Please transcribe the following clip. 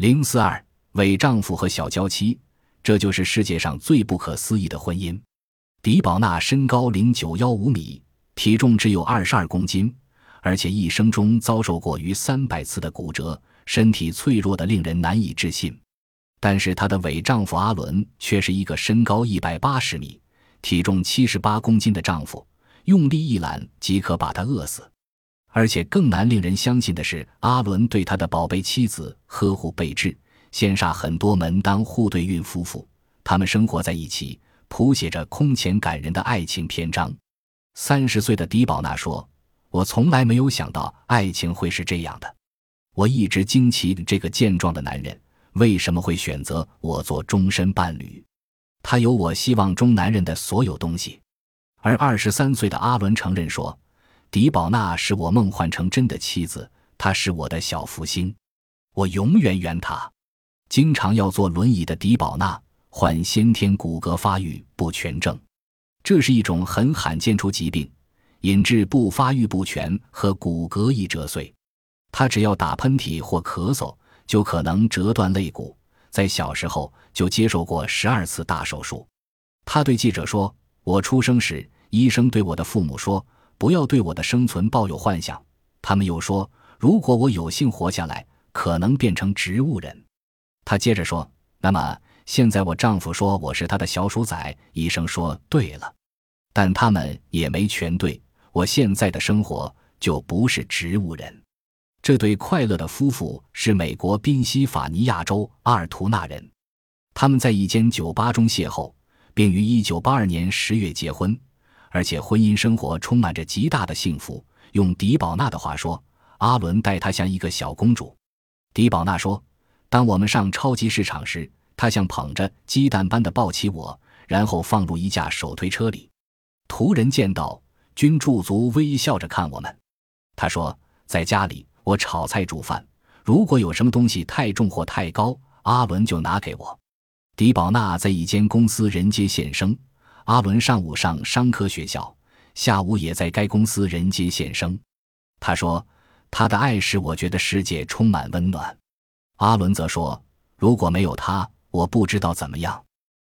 042伪丈夫和小娇妻，这就是世界上最不可思议的婚姻。迪宝娜身高0.915米，体重只有22公斤，而且一生中遭受过逾300次的骨折，身体脆弱得令人难以置信。但是她的伪丈夫阿伦却是一个身高180米，体重78公斤的丈夫，用力一揽即可把她饿死。而且更难令人相信的是，阿伦对他的宝贝妻子呵护备至，羡煞很多门当户对孕夫妇，他们生活在一起，谱写着空前感人的爱情篇章。30岁的迪宝娜说，我从来没有想到爱情会是这样的，我一直惊奇这个健壮的男人为什么会选择我做终身伴侣，他有我希望中男人的所有东西。而23岁的阿伦承认说，迪宝娜是我梦幻成真的妻子，她是我的小福星，我永远圆她。经常要坐轮椅的迪宝娜患先天骨骼发育不全症，这是一种很罕见出疾病，引致不发育不全和骨骼易折碎。她只要打喷嚏或咳嗽就可能折断肋骨，在小时候就接受过12次大手术。她对记者说，我出生时医生对我的父母说，不要对我的生存抱有幻想，他们又说，如果我有幸活下来，可能变成植物人。他接着说，那么现在我丈夫说我是他的小鼠仔，医生说对了，但他们也没全对，我现在的生活就不是植物人。这对快乐的夫妇是美国宾夕法尼亚州阿尔图纳人，他们在一间酒吧中邂逅，并于1982年10月结婚，而且婚姻生活充满着极大的幸福。用迪宝娜的话说，阿伦待她像一个小公主。迪宝娜说，当我们上超级市场时，他像捧着鸡蛋般地抱起我，然后放入一架手推车里。途人见到均驻足微笑着看我们。他说，在家里我炒菜煮饭，如果有什么东西太重或太高，阿伦就拿给我。迪宝娜在一间公司人街现生，阿伦上午上商科学校，下午也在该公司人街现生。他说，他的爱使我觉得世界充满温暖。阿伦则说，如果没有他，我不知道怎么样。